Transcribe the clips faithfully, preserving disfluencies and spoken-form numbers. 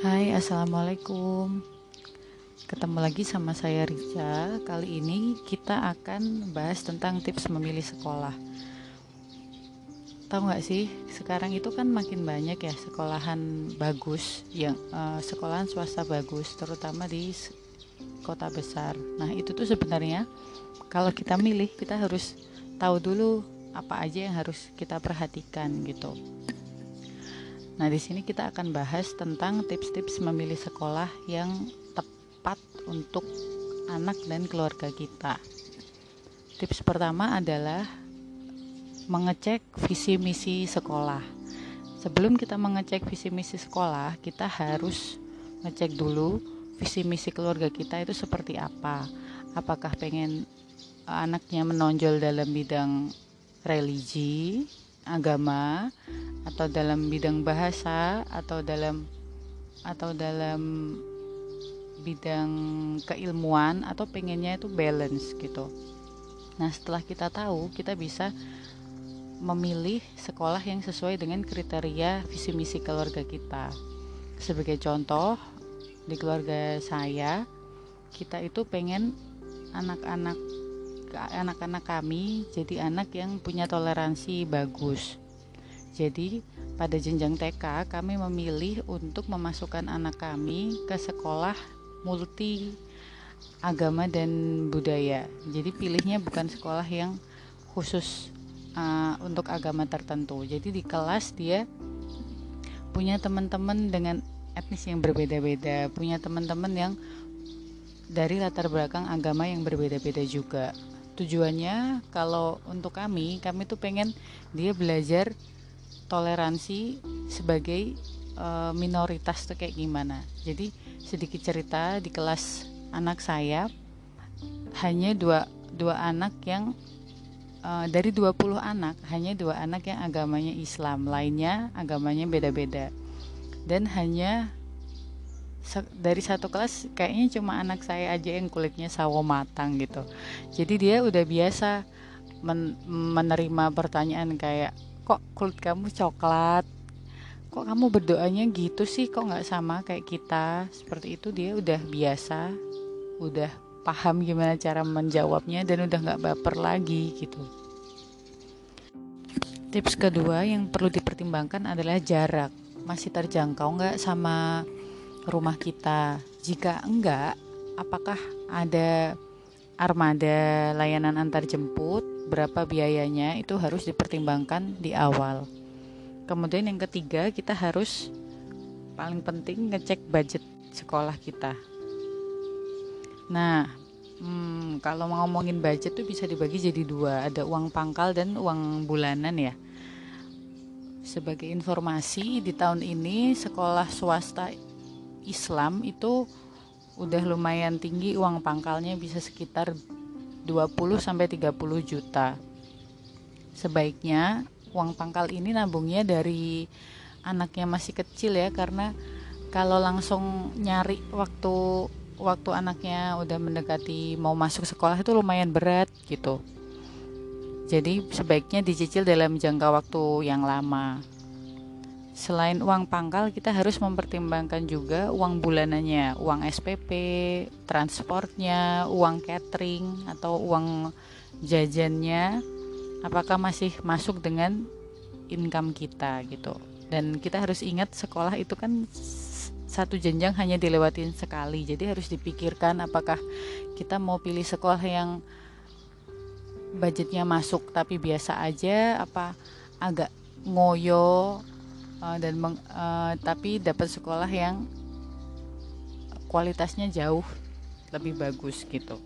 Hai, assalamualaikum. Ketemu lagi sama saya Rica. Kali ini kita akan bahas tentang tips memilih sekolah. Tahu nggak sih, sekarang itu kan makin banyak ya sekolahan bagus, yang uh, sekolahan swasta bagus, terutama di kota besar. Nah itu tuh sebenarnya kalau kita milih, kita harus tahu dulu apa aja yang harus kita perhatikan gitu. Nah, di sini kita akan bahas tentang tips-tips memilih sekolah yang tepat untuk anak dan keluarga kita. Tips pertama adalah mengecek visi misi sekolah. Sebelum kita mengecek visi misi sekolah, kita harus ngecek dulu visi misi keluarga kita itu seperti apa. Apakah pengen anaknya menonjol dalam bidang religi, agama, atau dalam bidang bahasa, atau dalam atau dalam bidang keilmuan, atau pengennya itu balance gitu. Nah, setelah kita tahu, kita bisa memilih sekolah yang sesuai dengan kriteria visi misi keluarga kita. Sebagai contoh, di keluarga saya, kita itu pengen anak-anak anak-anak kami jadi anak yang punya toleransi bagus. Jadi pada jenjang T K kami memilih untuk memasukkan anak kami ke sekolah multi agama dan budaya. Jadi pilihnya bukan sekolah yang khusus uh, untuk agama tertentu. Jadi di kelas dia punya teman-teman dengan etnis yang berbeda-beda, punya teman-teman yang dari latar belakang agama yang berbeda-beda juga. Tujuannya kalau untuk kami, kami tuh pengen dia belajar toleransi sebagai e, minoritas tuh kayak gimana. Jadi sedikit cerita, di kelas anak saya hanya dua dua anak yang e, dari dua puluh anak hanya dua anak yang agamanya Islam, lainnya agamanya beda-beda. Dan hanya dari satu kelas kayaknya cuma anak saya aja yang kulitnya sawo matang gitu. Jadi dia udah biasa men- menerima pertanyaan kayak, kok kulit kamu coklat, kok kamu berdoanya gitu sih, kok gak sama kayak kita. Seperti itu dia udah biasa, udah paham gimana cara menjawabnya, dan udah gak baper lagi gitu. Tips kedua yang perlu dipertimbangkan adalah jarak. Masih terjangkau gak sama rumah kita? Jika enggak, apakah ada armada layanan antar jemput? Berapa biayanya? Itu harus dipertimbangkan di awal. Kemudian yang ketiga, kita harus paling penting ngecek budget sekolah kita. Nah, hmm, kalau ngomongin budget tuh bisa dibagi jadi dua, ada uang pangkal dan uang bulanan ya. Sebagai informasi, di tahun ini sekolah swasta Islam itu udah lumayan tinggi, uang pangkalnya bisa sekitar dua puluh sampai tiga puluh juta. Sebaiknya uang pangkal ini nabungnya dari anaknya masih kecil ya, karena kalau langsung nyari waktu waktu anaknya udah mendekati mau masuk sekolah itu lumayan berat gitu. Jadi sebaiknya dicicil dalam jangka waktu yang lama. Selain uang pangkal, kita harus mempertimbangkan juga uang bulanannya, uang S P P, transportnya, uang catering atau uang jajannya, apakah masih masuk dengan income kita gitu. Dan kita harus ingat sekolah itu kan satu jenjang hanya dilewatin sekali, jadi harus dipikirkan apakah kita mau pilih sekolah yang budgetnya masuk tapi biasa aja, apa agak ngoyo Uh, dan meng, uh, tapi dapat sekolah yang kualitasnya jauh lebih bagus gitu.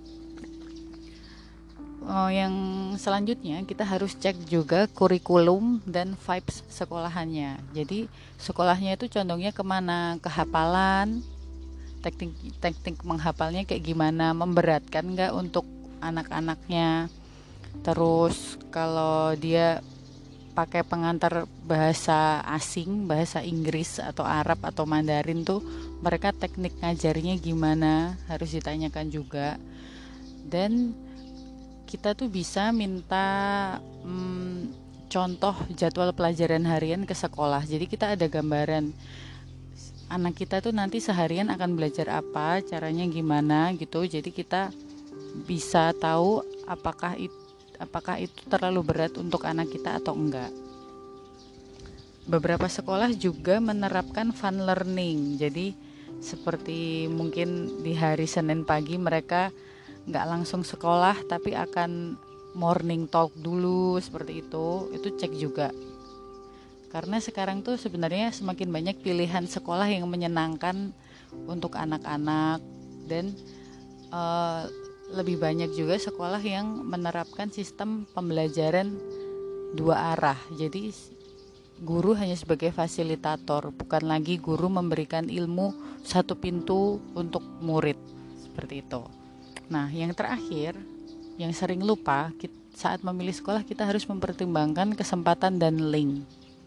Uh, yang selanjutnya kita harus cek juga kurikulum dan vibes sekolahannya. Jadi sekolahnya itu condongnya kemana? Kehafalan, teknik teknik menghafalnya kayak gimana? Memberatkan nggak untuk anak-anaknya? Terus kalau dia pakai pengantar bahasa asing, bahasa Inggris atau Arab atau Mandarin tuh, mereka teknik ngajarnya gimana, harus ditanyakan juga. Dan kita tuh bisa minta hmm, contoh jadwal pelajaran harian ke sekolah. Jadi kita ada gambaran anak kita tuh nanti seharian akan belajar apa, caranya gimana gitu. Jadi kita bisa tahu apakah itu apakah itu terlalu berat untuk anak kita atau enggak. Beberapa sekolah juga menerapkan fun learning. Jadi seperti mungkin di hari Senin pagi mereka nggak langsung sekolah tapi akan morning talk dulu seperti itu. Itu cek juga. Karena sekarang tuh sebenarnya semakin banyak pilihan sekolah yang menyenangkan untuk anak-anak, dan uh, lebih banyak juga sekolah yang menerapkan sistem pembelajaran dua arah. Jadi guru hanya sebagai fasilitator, bukan lagi guru memberikan ilmu satu pintu untuk murid seperti itu. Nah, yang terakhir, yang sering lupa saat memilih sekolah, kita harus mempertimbangkan kesempatan dan link.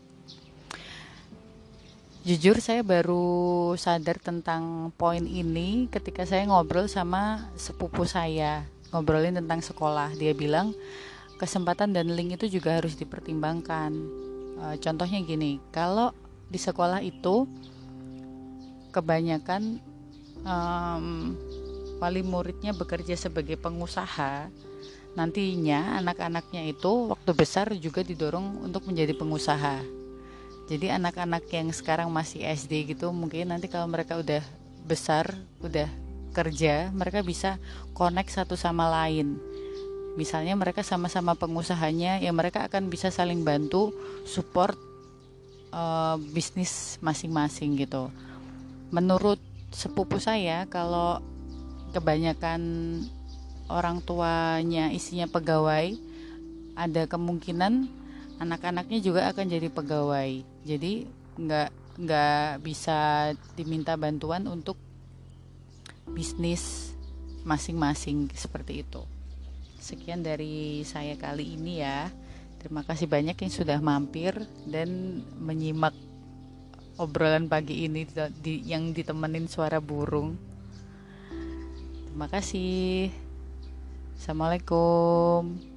Jujur saya baru sadar tentang poin ini ketika saya ngobrol sama sepupu saya, ngobrolin tentang sekolah. Dia bilang kesempatan dan link itu juga harus dipertimbangkan. E, contohnya gini, kalau di sekolah itu kebanyakan um, wali muridnya bekerja sebagai pengusaha, nantinya anak-anaknya itu waktu besar juga didorong untuk menjadi pengusaha. Jadi anak-anak yang sekarang masih S D gitu, mungkin nanti kalau mereka udah besar, udah kerja, mereka bisa connect satu sama lain. Misalnya mereka sama-sama pengusahanya, ya mereka akan bisa saling bantu support uh, bisnis masing-masing gitu. Menurut sepupu saya, kalau kebanyakan orang tuanya isinya pegawai, ada kemungkinan anak-anaknya juga akan jadi pegawai. Jadi nggak nggak bisa diminta bantuan untuk bisnis masing-masing seperti itu. Sekian dari saya kali ini ya. Terima kasih banyak yang sudah mampir dan menyimak obrolan pagi ini di, yang ditemenin suara burung. Terima kasih. Assalamualaikum.